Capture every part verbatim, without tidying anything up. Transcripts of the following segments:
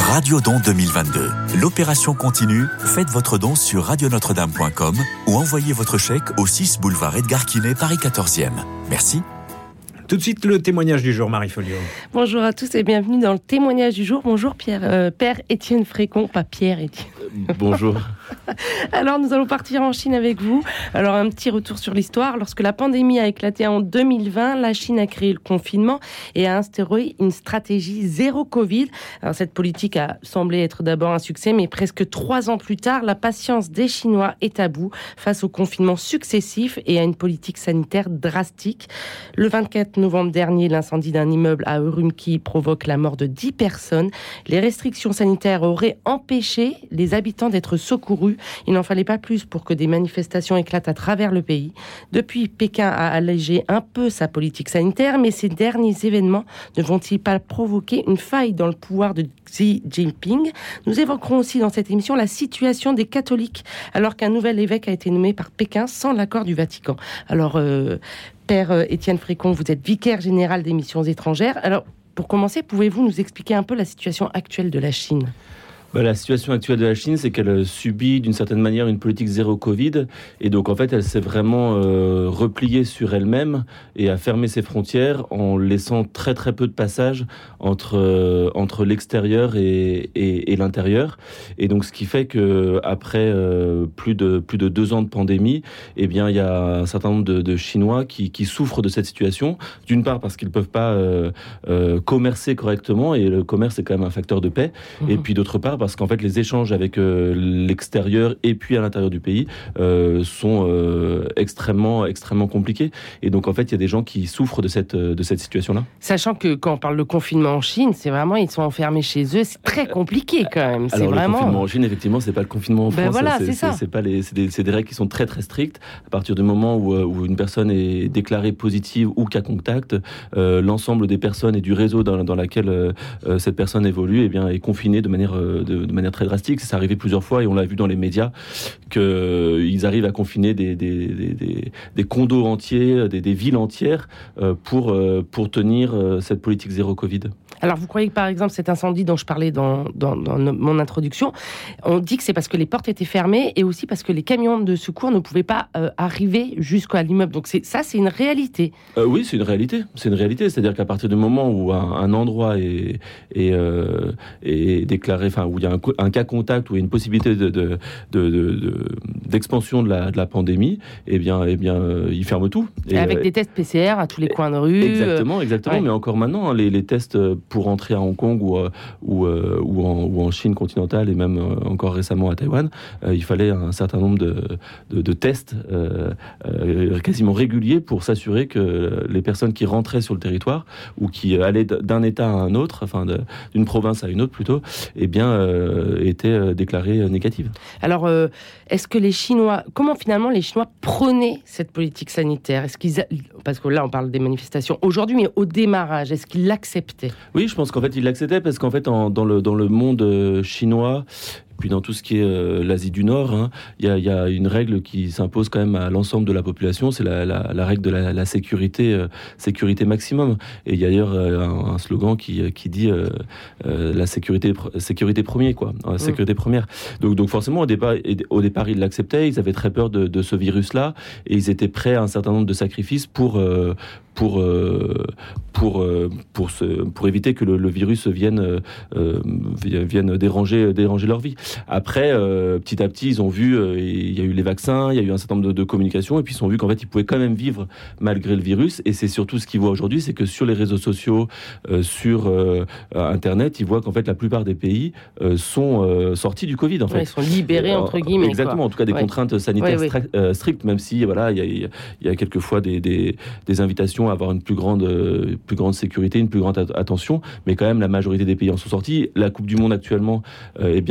Radio Don deux mille vingt-deux. L'opération continue. Faites votre don sur radio notre dame point com ou envoyez votre chèque au six boulevard Edgar Quinet, Paris quatorzième. Merci. Tout de suite, le témoignage du jour, Marie Folliot. Bonjour à tous et bienvenue dans le témoignage du jour. Bonjour Pierre, euh, Père Étienne Frécon, pas Pierre Étienne. Euh, bonjour. Alors nous allons partir en Chine avec vous. Alors un petit retour sur l'histoire. Lorsque la pandémie a éclaté en deux mille vingt, la Chine a créé le confinement et a instauré une stratégie zéro Covid. Alors cette politique a semblé être d'abord un succès, mais presque trois ans plus tard, la patience des Chinois est à bout face au confinement successif et à une politique sanitaire drastique. Le vingt-quatre novembre dernier, l'incendie d'un immeuble à Urumqi provoque la mort de dix personnes. Les restrictions sanitaires auraient empêché les habitants d'être secourus. Il n'en fallait pas plus pour que des manifestations éclatent à travers le pays. Depuis, Pékin a allégé un peu sa politique sanitaire, mais ces derniers événements ne vont-ils pas provoquer une faille dans le pouvoir de Xi Jinping ? Nous évoquerons aussi dans cette émission la situation des catholiques, alors qu'un nouvel évêque a été nommé par Pékin sans l'accord du Vatican. Alors, euh, Père Étienne Frécon, vous êtes vicaire général des missions étrangères. Alors, pour commencer, pouvez-vous nous expliquer un peu la situation actuelle de la Chine ? Bah, la situation actuelle de la Chine, c'est qu'elle subit d'une certaine manière une politique zéro Covid. Et donc, en fait, elle s'est vraiment euh, repliée sur elle-même et a fermé ses frontières en laissant très, très peu de passage entre, euh, entre l'extérieur et, et, et l'intérieur. Et donc, ce qui fait qu'après euh, plus, de, plus de deux ans de pandémie, eh bien, il y a un certain nombre de, de Chinois qui, qui souffrent de cette situation. D'une part, parce qu'ils ne peuvent pas euh, euh, commercer correctement. Et le commerce est quand même un facteur de paix. Mmh. Et puis, d'autre part, parce qu'en fait, les échanges avec euh, l'extérieur et puis à l'intérieur du pays euh, sont euh, extrêmement, extrêmement compliqués. Et donc, en fait, il y a des gens qui souffrent de cette, de cette situation-là. Sachant que quand on parle de confinement en Chine, c'est vraiment, ils sont enfermés chez eux. C'est très compliqué quand même. C'est Alors, vraiment... le confinement en Chine, effectivement, c'est pas le confinement en France. Ben voilà, c'est, c'est, c'est ça. C'est, pas les, c'est, des, c'est des règles qui sont très, très strictes. À partir du moment où, où une personne est déclarée positive ou cas contact, euh, l'ensemble des personnes et du réseau dans, dans laquelle euh, cette personne évolue eh bien, est confiné de manière, de, de manière très drastique. C'est arrivé plusieurs fois et on l'a vu dans les médias qu'ils euh, arrivent à confiner des, des, des, des, des condos entiers, des, des villes entières euh, pour, euh, pour tenir euh, cette politique zéro Covid. Alors vous croyez que par exemple cet incendie dont je parlais dans, dans, dans mon introduction, on dit que c'est parce que les portes étaient fermées et aussi parce que les camions de secours ne pouvaient pas euh, arriver jusqu'à l'immeuble. Donc c'est, ça c'est une réalité. Euh, oui, c'est une réalité. C'est une réalité. C'est-à-dire qu'à partir du moment où un, un endroit est, est, euh, est déclaré, enfin où il y a un, un cas contact, où il y a une possibilité de, de, de, de, de, d'expansion de la, de la pandémie, eh bien, eh bien euh, ils ferment tout. Et, et avec euh, des tests P C R à tous les coins de rue. Exactement, exactement. Ouais. Mais encore maintenant, les, les tests pour entrer à Hong Kong ou, ou, euh, ou, en, ou en Chine continentale et même euh, encore récemment à Taïwan, euh, il fallait un certain nombre de, de, de tests euh, euh, quasiment réguliers pour s'assurer que les personnes qui rentraient sur le territoire ou qui allaient d'un État à un autre, enfin de, d'une province à une autre plutôt, eh bien euh, étaient déclarées négatives. Alors, euh, est-ce que les Chinois, comment finalement les Chinois prenaient cette politique sanitaire ? Est-ce qu'ils, a... parce que là on parle des manifestations aujourd'hui, mais au démarrage, est-ce qu'ils l'acceptaient ? Oui, je pense qu'en fait, il l'acceptait parce qu'en fait, en, dans, le, dans le monde chinois, puis dans tout ce qui est euh, l'Asie du Nord, hein, il y a, y a une règle qui s'impose quand même à l'ensemble de la population, c'est la, la, la règle de la, la sécurité, euh, sécurité maximum. Et il y a d'ailleurs euh, un, un slogan qui, qui dit euh, euh, la sécurité, sécurité premier, quoi, la sécurité mmh. première. Donc, donc forcément, au départ, au départ, ils l'acceptaient, ils avaient très peur de, de ce virus-là, et ils étaient prêts à un certain nombre de sacrifices pour... Euh, pour euh, pour euh, pour se, pour éviter que le, le virus vienne euh, vienne déranger déranger leur vie. Après, euh, petit à petit, ils ont vu, euh, il y a eu les vaccins, il y a eu un certain nombre de, de communications, et puis ils ont vu qu'en fait, ils pouvaient quand même vivre malgré le virus. Et c'est surtout ce qu'ils voient aujourd'hui, c'est que sur les réseaux sociaux, euh, sur euh, Internet, ils voient qu'en fait, la plupart des pays euh, sont euh, sortis du Covid. En fait, ouais, ils sont libérés entre guillemets. Exactement. Quoi. En tout cas, des ouais. contraintes sanitaires ouais, ouais. Stri- euh, strictes, même si voilà, il y a il y a quelquefois des des, des invitations à avoir une plus grande euh, plus grande sécurité, une plus grande at- attention, mais quand même, la majorité des pays en sont sortis. La Coupe du Monde actuellement, euh, eh bien, montre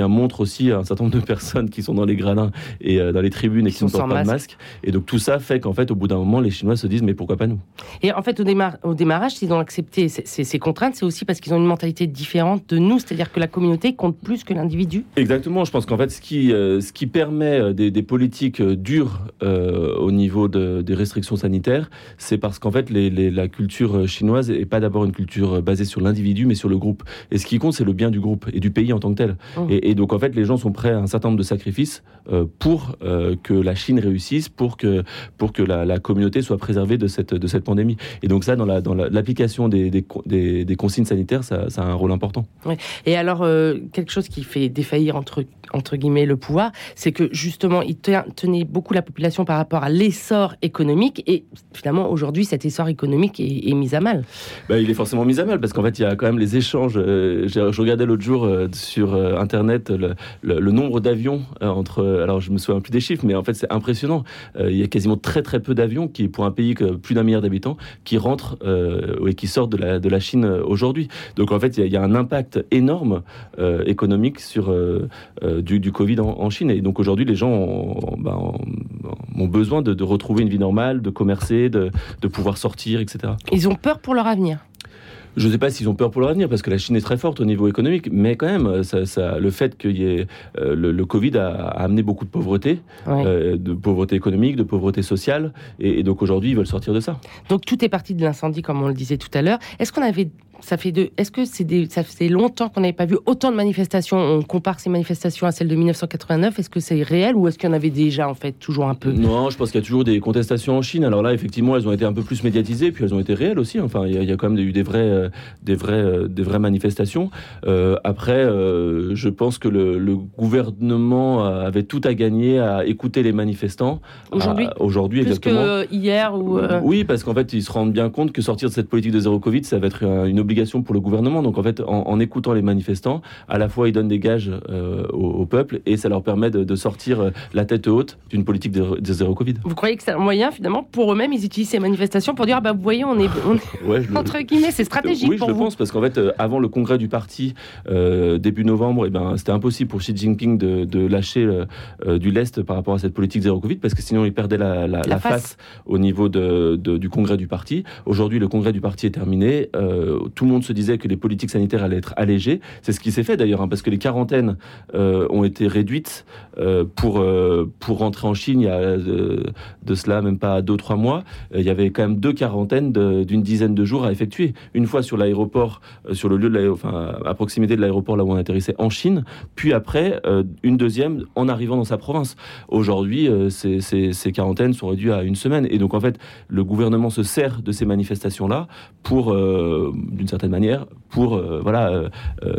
aussi un certain nombre de personnes qui sont dans les gradins et euh, dans les tribunes et qui, qui ne portent pas de masque. Et donc tout ça fait qu'en fait, au bout d'un moment, les Chinois se disent mais pourquoi pas nous ? Et en fait, au, démar- au démarrage, s'ils ont accepté ces, ces, ces contraintes, c'est aussi parce qu'ils ont une mentalité différente de nous, c'est-à-dire que la communauté compte plus que l'individu. Exactement. Je pense qu'en fait, ce qui, euh, ce qui permet des, des politiques dures euh, au niveau de, des restrictions sanitaires, c'est parce qu'en fait, les, les, la culture chinoise n'est pas d'abord une culture basée sur l'individu, mais sur le groupe. Et ce qui compte, c'est le bien du groupe et du pays en tant que tel. Mmh. Et, et donc, en fait, les gens sont prêts à un certain nombre de sacrifices euh, pour euh, que la Chine réussisse, pour que, pour que la, la communauté soit préservée de cette, de cette pandémie. Et donc ça, dans, la, dans la, l'application des, des, des, des consignes sanitaires, ça, ça a un rôle important. Ouais. Et alors, euh, quelque chose qui fait défaillir, entre, entre guillemets, le pouvoir, c'est que justement, il tenait beaucoup la population par rapport à l'essor économique. Et finalement, aujourd'hui, cet essor économique est, est mis à mal. Ben, il est forcément mis à mal, parce qu'en fait, il y a quand même les échanges. Euh, je regardais l'autre jour euh, sur euh, Internet le, le, le nombre d'avions euh, entre... Alors, je me souviens plus des chiffres, mais en fait, c'est impressionnant. Euh, il y a quasiment très, très peu d'avions, qui, pour un pays que plus d'un milliard d'habitants, qui rentrent euh, et qui sortent de la, de la Chine aujourd'hui. Donc, en fait, il y a, il y a un impact énorme euh, économique sur, euh, euh, du, du Covid en, en Chine. Et donc, aujourd'hui, les gens ont, ben, ont, ont besoin de, de retrouver une vie normale, de commercer, de, de pouvoir sortir, et cetera. Ils ont peur pour leur avenir. Je ne sais pas s'ils ont peur pour leur avenir, parce que la Chine est très forte au niveau économique, mais quand même, ça, ça, le fait qu'il y ait... Euh, le, le Covid a, a amené beaucoup de pauvreté, ouais. euh, de pauvreté économique, de pauvreté sociale, et, et donc aujourd'hui, ils veulent sortir de ça. Donc tout est parti de l'incendie, comme on le disait tout à l'heure. Est-ce qu'on avait... Ça fait de, est-ce que c'est des, ça fait longtemps qu'on n'avait pas vu autant de manifestations ? On compare ces manifestations à celles de dix-neuf cent quatre-vingt-neuf. Est-ce que c'est réel ou est-ce qu'il y en avait déjà en fait toujours un peu ? Non, je pense qu'il y a toujours des contestations en Chine. Alors là, effectivement, elles ont été un peu plus médiatisées, puis elles ont été réelles aussi. Enfin, il y a, il y a quand même eu des vraies, euh, des vraies, euh, des vraies manifestations. Euh, après, euh, je pense que le, le gouvernement avait tout à gagner à écouter les manifestants. Aujourd'hui, à, aujourd'hui plus exactement. que hier ou. Euh... Oui, parce qu'en fait, ils se rendent bien compte que sortir de cette politique de zéro Covid, ça va être une obligation pour le gouvernement. Donc en fait, en, en écoutant les manifestants, à la fois ils donnent des gages euh, au, au peuple et ça leur permet de, de sortir la tête haute d'une politique de, de zéro Covid. Vous croyez que c'est un moyen finalement pour eux-mêmes, ils utilisent ces manifestations pour dire ah bah vous voyez on est, on est ouais, je entre guillemets c'est stratégique oui, pour je vous. le pense parce qu'en fait euh, avant le congrès du parti euh, début novembre, et eh ben c'était impossible pour Xi Jinping de, de lâcher euh, du lest par rapport à cette politique zéro Covid parce que sinon il perdait la, la, la, la face. face au niveau de, de, du congrès du parti. Aujourd'hui le congrès du parti est terminé. Euh, tout le monde se disait que les politiques sanitaires allaient être allégées. C'est ce qui s'est fait d'ailleurs, hein, parce que les quarantaines euh, ont été réduites euh, pour, euh, pour rentrer en Chine il y a euh, de cela même pas deux trois mois. Euh, il y avait quand même deux quarantaines de, d'une dizaine de jours à effectuer. Une fois sur l'aéroport, euh, sur le lieu de l'aéroport, enfin à proximité de l'aéroport là où on atterrissait en Chine, puis après euh, une deuxième en arrivant dans sa province. Aujourd'hui, euh, ces, ces, ces quarantaines sont réduites à une semaine. Et donc en fait, le gouvernement se sert de ces manifestations-là pour, euh, d'une certaine manière, pour euh, voilà, euh,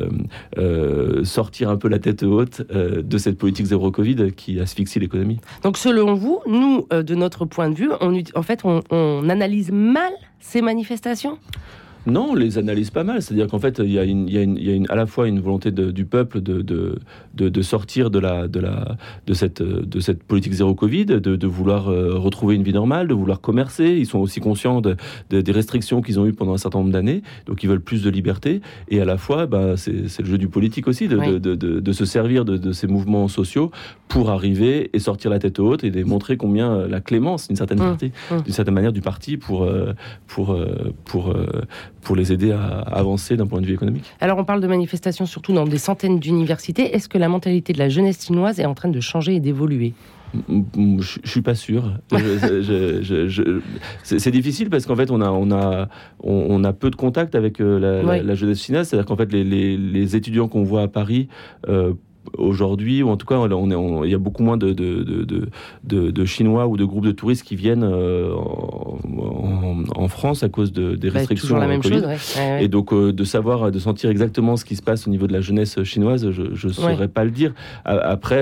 euh, sortir un peu la tête haute euh, de cette politique zéro Covid qui asphyxie l'économie. Donc selon vous, nous, euh, de notre point de vue, on, en fait, on, on analyse mal ces manifestations ? Non, on les analyse pas mal. C'est-à-dire qu'en fait, il y a, une, il y a, une, il y a une, à la fois une volonté de, du peuple de, de, de, de sortir de, la, de, la, de, cette, de cette politique zéro Covid, de, de vouloir euh, retrouver une vie normale, de vouloir commercer. Ils sont aussi conscients de, de, des restrictions qu'ils ont eues pendant un certain nombre d'années. Donc, ils veulent plus de liberté. Et à la fois, bah, c'est, c'est le jeu du politique aussi, de, oui. de, de, de, de se servir de, de ces mouvements sociaux pour arriver et sortir la tête haute et démontrer combien la clémence, d'une certaine, mmh. partie, mmh. d'une certaine manière, du parti pour... pour, pour, pour pour les aider à avancer d'un point de vue économique. Alors on parle de manifestations surtout dans des centaines d'universités. Est-ce que la mentalité de la jeunesse chinoise est en train de changer et d'évoluer ? Je, je suis pas sûr. je, je, je, je, c'est, c'est difficile parce qu'en fait on a on a on, on a peu de contact avec euh, la, oui. la, la jeunesse chinoise. C'est-à-dire qu'en fait les, les, les étudiants qu'on voit à Paris euh, aujourd'hui, ou en tout cas, on est, on, il y a beaucoup moins de, de, de, de, de Chinois ou de groupes de touristes qui viennent euh, en, en, en France à cause de, des restrictions. Toujours la même Covid. chose, ouais. Ouais, ouais. Et donc, euh, de savoir, de sentir exactement ce qui se passe au niveau de la jeunesse chinoise, je ne saurais ouais. pas le dire. Après, je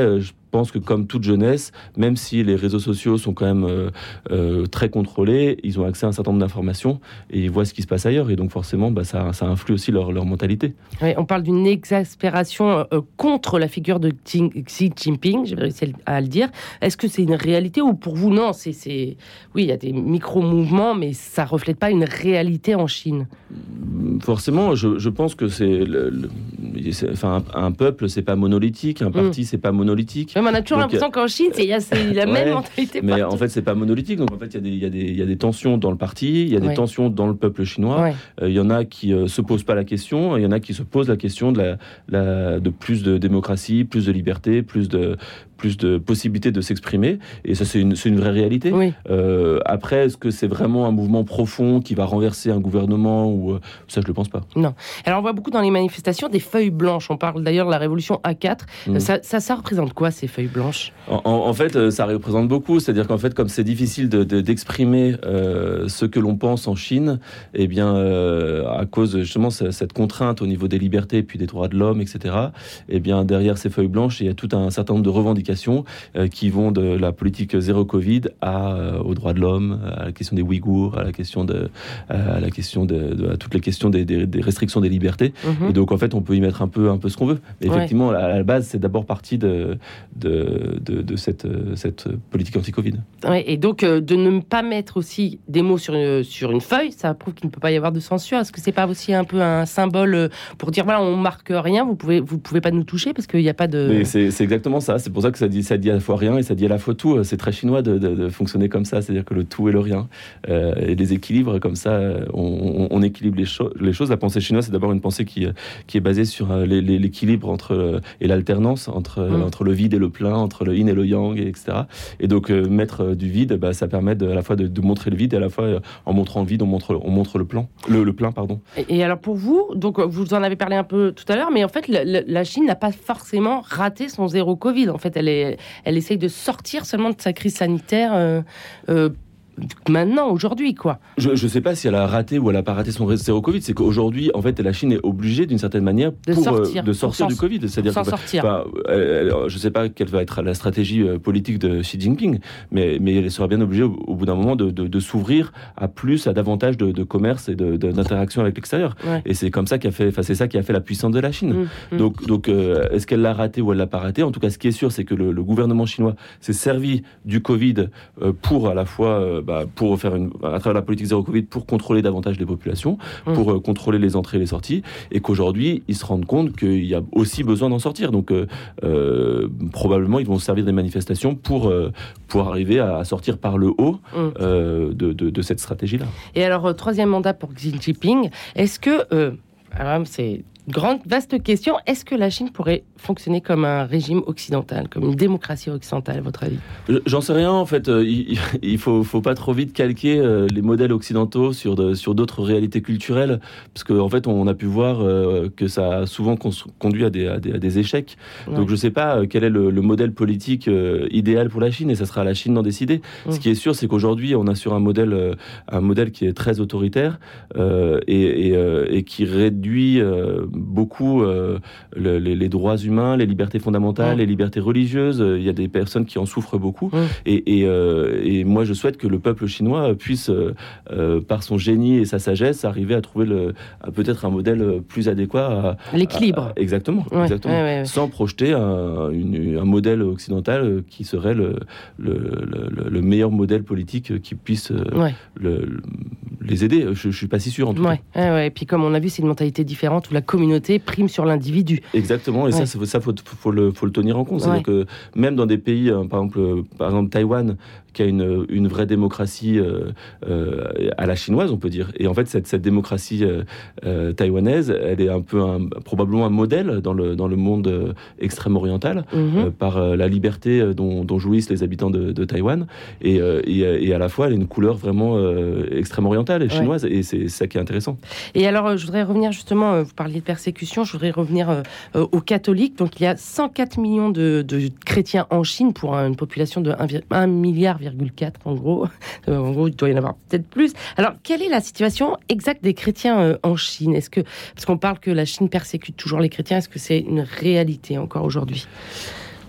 pense que comme toute jeunesse, même si les réseaux sociaux sont quand même euh, euh, très contrôlés, ils ont accès à un certain nombre d'informations et ils voient ce qui se passe ailleurs. Et donc forcément, bah, ça, ça influe aussi leur, leur mentalité. Oui, on parle d'une exaspération euh, contre la figure de Xi Jinping, j'ai réussi à le dire. Est-ce que c'est une réalité ou pour vous, non, c'est, c'est... Oui, il y a des micro-mouvements, mais ça ne reflète pas une réalité en Chine. Forcément, je, je pense que c'est... Le, le, c'est enfin, un, un peuple, c'est pas monolithique. Un parti, mmh. c'est pas monolithique. Mais on a toujours donc, l'impression qu'en Chine, c'est, y a, c'est la ouais, même mentalité. Mais partout. En fait, c'est pas monolithique. Donc, en fait, il y, y, y a des tensions dans le parti, il y a des ouais. tensions dans le peuple chinois. Ouais. Euh, il y en a qui euh, se posent pas la question, il y en a qui se posent la question de, la, la, de plus de démocratie, plus de liberté, plus de... plus de possibilités de s'exprimer, et ça c'est une, c'est une vraie réalité. Oui. Euh, après, est-ce que c'est vraiment un mouvement profond qui va renverser un gouvernement ou euh, ça je le pense pas. Non. Alors on voit beaucoup dans les manifestations des feuilles blanches. On parle d'ailleurs de la révolution A quatre. Mmh. Ça, ça, ça représente quoi ces feuilles blanches ? en, en, en fait, ça représente beaucoup. C'est-à-dire qu'en fait, comme c'est difficile de, de, d'exprimer euh, ce que l'on pense en Chine, eh bien, euh, à cause justement de cette contrainte au niveau des libertés, puis des droits de l'homme, et cetera. Eh bien, derrière ces feuilles blanches, il y a tout un certain nombre de revendications Euh, qui vont de la politique zéro Covid à, euh, aux droits de l'homme, à la question des Ouïghours, à la question de, à la question de, de à toutes les questions des, des, des restrictions des libertés. Mmh. Et donc en fait, on peut y mettre un peu, un peu ce qu'on veut. Mais effectivement, ouais. à la base, c'est d'abord parti de, de, de, de cette, cette politique anti-Covid. Ouais, et donc euh, de ne pas mettre aussi des mots sur une, sur une feuille, ça prouve qu'il ne peut pas y avoir de censure. Est-ce que c'est pas aussi un peu un symbole pour dire voilà, on marque rien, vous pouvez, vous pouvez pas nous toucher parce qu'il n'y a pas de. Mais c'est, c'est exactement ça. C'est pour ça que ça dit, ça dit à la fois rien et ça dit à la fois tout. C'est très chinois de, de, de fonctionner comme ça, c'est-à-dire que le tout et le rien. Euh, et les équilibres, comme ça, on, on, on équilibre les, cho- les choses. La pensée chinoise, c'est d'abord une pensée qui, qui est basée sur les, les, l'équilibre entre, et l'alternance entre, mmh. entre le vide et le plein, entre le yin et le yang, et cetera. Et donc, euh, mettre du vide, bah, ça permet de, à la fois de, de montrer le vide et à la fois, euh, en montrant le vide, on montre, on montre le, plan, le, le plein. Pardon. Et, et alors, pour vous, donc, vous en avez parlé un peu tout à l'heure, mais en fait, la, la, la Chine n'a pas forcément raté son zéro Covid. En fait, elle est... Elle essaye de sortir seulement de sa crise sanitaire euh, euh, maintenant, aujourd'hui, quoi. Je ne sais pas si elle a raté ou elle n'a pas raté son zéro Covid. C'est qu'aujourd'hui, en fait, la Chine est obligée, d'une certaine manière, de pour, sortir, euh, de sortir pour du Covid. C'est-à-dire pour s'en que, sortir. Bah, elle, je ne sais pas quelle va être la stratégie euh, politique de Xi Jinping, mais, mais elle sera bien obligée, au, au bout d'un moment, de, de, de s'ouvrir à plus, à davantage de, de commerce et de, de, d'interaction avec l'extérieur. Ouais. Et c'est comme ça qui a fait, enfin, c'est ça qui a fait la puissance de la Chine. Mmh, donc, mmh. donc euh, est-ce qu'elle l'a raté ou elle l'a pas raté ? En tout cas, ce qui est sûr, c'est que le, le gouvernement chinois s'est servi du Covid euh, pour à la fois, euh, bah, pour faire une à travers la politique zéro Covid pour contrôler davantage les populations, mmh. pour euh, contrôler les entrées et les sorties, et qu'aujourd'hui, ils se rendent compte qu'il y a aussi besoin d'en sortir. Donc, euh, euh, probablement, ils vont se servir des manifestations pour, euh, pour arriver à sortir par le haut mmh. euh, de, de, de cette stratégie-là. Et alors, euh, troisième mandat pour Xi Jinping, est-ce que... Euh, alors, c'est... Grande, vaste question. Est-ce que la Chine pourrait fonctionner comme un régime occidental, comme une démocratie occidentale, à votre avis ? J'en sais rien, en fait. Il, il faut, faut pas trop vite calquer les modèles occidentaux sur, de, sur d'autres réalités culturelles, parce qu'en fait, on a pu voir que ça a souvent conduit à des, à des, à des échecs. Ouais. Donc, je sais pas quel est le, le modèle politique idéal pour la Chine, et ça sera à la Chine d'en décider. Mmh. Ce qui est sûr, c'est qu'aujourd'hui, on a sur un modèle, un modèle qui est très autoritaire euh, et, et, et qui réduit... Euh, beaucoup euh, le, les, les droits humains, les libertés fondamentales, mmh. les libertés religieuses. Il y a des personnes qui en souffrent beaucoup. Mmh. Et, et, euh, et moi, je souhaite que le peuple chinois puisse, euh, par son génie et sa sagesse, arriver à trouver le, à peut-être un modèle plus adéquat. À, L'équilibre. À, exactement. Ouais, exactement. Ouais, ouais, ouais. Sans projeter un, une, un modèle occidental qui serait le, le, le, le meilleur modèle politique qui puisse ouais. le, le, les aider. Je ne suis pas si sûr, en tout ouais. cas. Ouais, ouais. Et puis, comme on a vu, c'est une mentalité différente où la communauté prime sur l'individu. Exactement, et ouais. ça, ça, ça faut, faut, le, faut le tenir en compte. Ouais. C'est-à-dire que même dans des pays, hein, par exemple, euh, par exemple Taïwan, qui a une, une vraie démocratie euh, euh, à la chinoise, on peut dire. Et en fait, cette, cette démocratie euh, euh, taïwanaise, elle est un peu un, probablement un modèle dans le, dans le monde euh, extrême-oriental, mm-hmm. euh, par euh, la liberté dont, dont jouissent les habitants de, de Taïwan. Et, euh, et, et à la fois, elle a une couleur vraiment euh, extrême-orientale et chinoise. Ouais. Et c'est ça qui est intéressant. Et alors, je voudrais revenir justement, vous parliez de persécution, je voudrais revenir euh, aux catholiques. Donc, il y a cent quatre millions de, de chrétiens en Chine pour une population de un milliard virgule quatre en gros. Euh, en gros, il doit y en avoir peut-être plus. Alors, quelle est la situation exacte des chrétiens euh, en Chine ? Est-ce que, parce qu'on parle que la Chine persécute toujours les chrétiens, est-ce que c'est une réalité encore aujourd'hui ?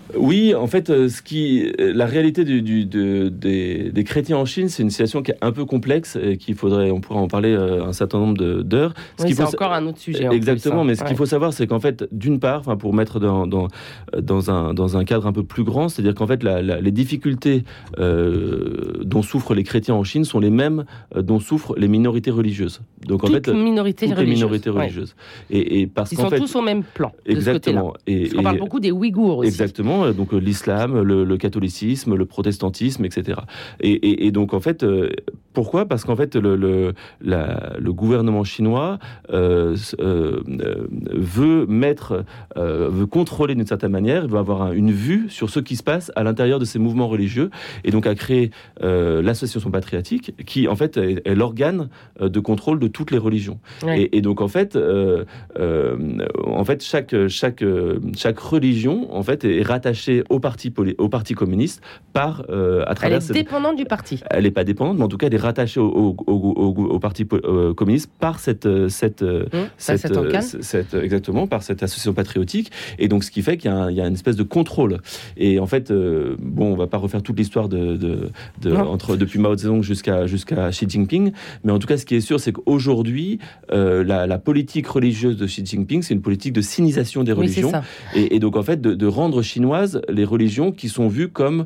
Oui, en fait, ce qui, la réalité du, du, de, des, des chrétiens en Chine, c'est une situation qui est un peu complexe et qu'il faudrait, on pourrait en parler un certain nombre de, d'heures. Ce oui, c'est faut, encore un autre sujet. Exactement, plus, mais ce ouais. qu'il faut savoir, c'est qu'en fait, d'une part, enfin, pour mettre dans, dans, dans, un, dans un cadre un peu plus grand, c'est-à-dire qu'en fait, la, la, les difficultés euh, dont souffrent les chrétiens en Chine sont les mêmes euh, dont souffrent les minorités religieuses. Donc, toutes en fait, minorités toutes religieuses. les minorités religieuses. Ouais. Et, et parce Ils qu'en sont fait, tous au même plan. Exactement. De ce et, Parce qu'on et, parle beaucoup des Ouïghours aussi. Exactement. Donc l'islam, le, le catholicisme, le protestantisme, et cetera. Et, et, et donc en fait, euh, pourquoi ? Parce qu'en fait, le, le, la, le gouvernement chinois euh, euh, veut mettre, euh, veut contrôler d'une certaine manière, veut avoir un, une vue sur ce qui se passe à l'intérieur de ces mouvements religieux, et donc a créé euh, l'association patriotique, qui en fait est, est l'organe de contrôle de toutes les religions. Ouais. Et, et donc en fait, euh, euh, en fait chaque chaque chaque religion en fait est rattachée au parti poli- au parti communiste par euh, à travers. Elle est cette... dépendante du parti. Elle n'est pas dépendante, mais en tout cas elle est rattachée au, au, au, au, au parti euh, communiste par cette cette mmh, cette, cette, euh, cette exactement par cette association patriotique. Et donc ce qui fait qu'il y a, un, il y a une espèce de contrôle. Et en fait, euh, bon, on va pas refaire toute l'histoire de, de, de entre depuis Mao Zedong jusqu'à jusqu'à Xi Jinping, mais en tout cas ce qui est sûr, c'est qu'aujourd'hui euh, la, la politique religieuse de Xi Jinping, c'est une politique de sinisation des religions. Oui, et, et donc en fait de, de rendre chinoises les religions qui sont vues comme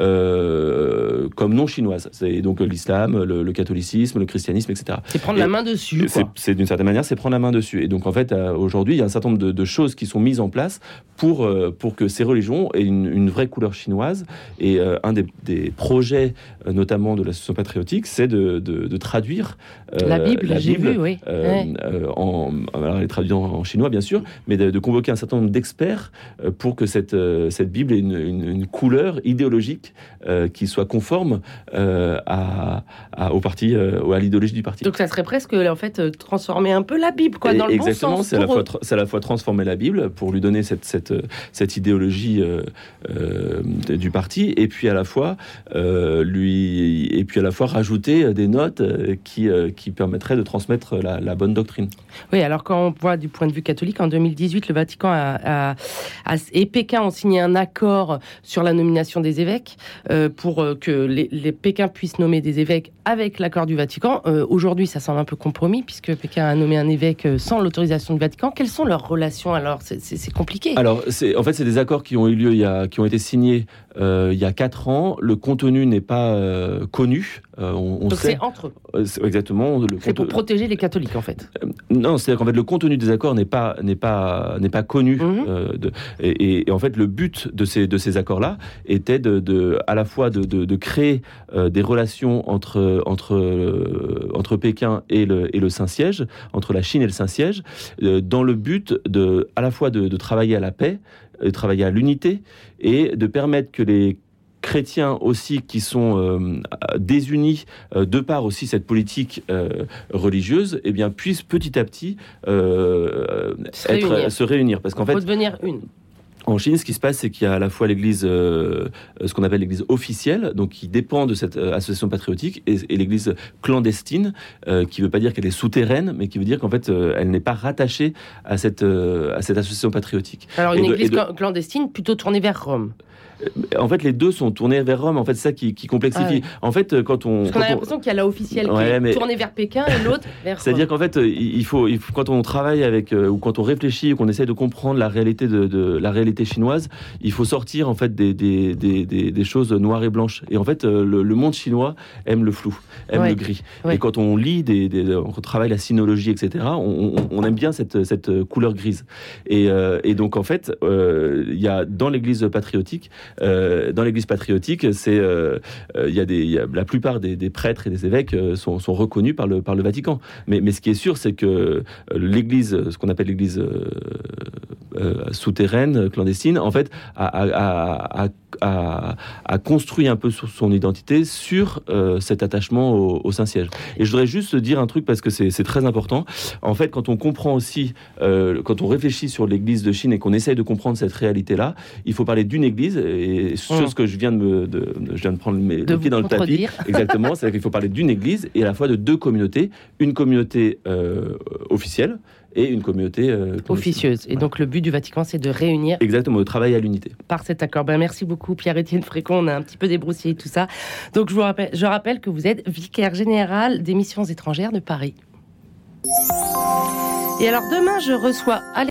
euh, comme non chinoises. C'est donc l'islam, le, le catholicisme, le christianisme, et cetera. C'est prendre et la main dessus. C'est, c'est d'une certaine manière, c'est prendre la main dessus. Et donc en fait euh, aujourd'hui, il y a un certain nombre de, de choses qui sont mises en place pour euh, pour que ces religions aient une, une vraie couleur chinoise. Et euh, un des, des projets, euh, notamment de l'association patriotique, c'est de, de, de traduire euh, la Bible. La j'ai Bible vu, oui. Euh, ouais. euh, en, alors elle est traduite en, en chinois, bien sûr, mais de, de convoquer un certain nombre d'experts euh, pour que cette, euh, cette Bible ait une, une, une couleur idéologique euh, qui soit conforme euh, à, à, au parti, euh, à l'idéologie du parti. Donc ça serait presque en fait transformer un peu la Bible, quoi, dans Et, le bon sens. Exactement, c'est, à la fois, c'est à la fois transformer la Bible pour lui donner cette, cette, cette idéologie euh, euh, du parti, et puis à la fois euh, lui, et puis à la fois rajouter des notes euh, qui, euh, qui permettraient de transmettre la, la bonne doctrine. Oui, alors quand on voit du point de vue catholique, en deux mille dix-huit, le Vatican a, a, a, et Pékin ont signé un accord sur la nomination des évêques euh, pour que les, les Pékin puissent nommer des évêques avec l'accord du Vatican. Euh, aujourd'hui, ça semble un peu compromis puisque Pékin a nommé un évêque sans l'autorisation du Vatican. Quelles sont leurs relations alors ? c'est, c'est, c'est compliqué. Alors, c'est, en fait, c'est des accords qui ont eu lieu, il y a, qui ont été signés euh, il y a quatre ans. Le contenu n'est pas euh, connu. Euh, on, on Donc sait, c'est entre eux. Euh, c'est, exactement. Le c'est pour protéger les catholiques en fait. Euh, non, c'est-à-dire qu'en fait le contenu des accords n'est pas n'est pas n'est pas connu. Mm-hmm. Euh, de, et, et en fait le but de ces de ces accords-là était de, de à la fois de, de, de créer euh, des relations entre entre euh, entre Pékin et le et le Saint-Siège, entre la Chine et le Saint-Siège, euh, dans le but de à la fois de, de travailler à la paix, de travailler à l'unité et de permettre que les chrétiens aussi qui sont euh, désunis euh, de par aussi cette politique euh, religieuse, eh bien puissent petit à petit euh, se, être, réunir. se réunir. Parce qu'en On fait, peut devenir une. En Chine, ce qui se passe, c'est qu'il y a à la fois l'église, euh, ce qu'on appelle l'église officielle, donc qui dépend de cette euh, association patriotique, et, et l'église clandestine, euh, qui ne veut pas dire qu'elle est souterraine, mais qui veut dire qu'en fait, euh, elle n'est pas rattachée à cette, euh, à cette association patriotique. Alors, une et église de, de... clandestine plutôt tournée vers Rome. En fait, les deux sont tournés vers Rome. En fait, c'est ça qui, qui complexifie. Ah oui. En fait, quand on... Parce qu'on quand a l'impression on... qu'il y a la officielle ouais, qui est mais... tournée vers Pékin et l'autre vers Rome. C'est-à-dire qu'en fait, il faut, il faut, quand on travaille avec, euh, ou quand on réfléchit, ou qu'on essaie de comprendre la réalité, de, de, la réalité chinoise, il faut sortir en fait des, des, des, des, des choses noires et blanches. Et en fait, euh, le, le monde chinois aime le flou, aime ouais. le gris. Ouais. Et quand on lit, des, des, on travaille la sinologie, et cetera, on, on, on aime bien cette, cette couleur grise. Et, euh, et donc, en fait, il euh, y a dans l'église patriotique, euh, dans l'église patriotique, c'est, euh, euh, y a des, y a, la plupart des, des prêtres et des évêques euh, sont, sont reconnus par le, par le Vatican. Mais, mais ce qui est sûr, c'est que euh, l'église, ce qu'on appelle l'église euh, euh, souterraine, clandestine, en fait, a, a, a, a, a construit un peu son identité sur euh, cet attachement au, au Saint-Siège. Et je voudrais juste dire un truc parce que c'est, c'est très important. En fait, quand on comprend aussi, euh, quand on réfléchit sur l'église de Chine et qu'on essaye de comprendre cette réalité-là, il faut parler d'une église, et chose que je viens de me, de, je viens de prendre mes de pieds dans le tapis. Exactement, c'est-à-dire qu'il faut parler d'une église et à la fois de deux communautés, une communauté euh, officielle et une communauté euh, officieuse. Et ouais. donc le but du Vatican, c'est de réunir. Exactement, de travailler à l'unité. Par cet accord. Ben, merci beaucoup Pierre-Étienne Frécon, on a un petit peu débrouillé tout ça. Donc je vous rappelle, je rappelle que vous êtes vicaire général des missions étrangères de Paris. Et alors demain, je reçois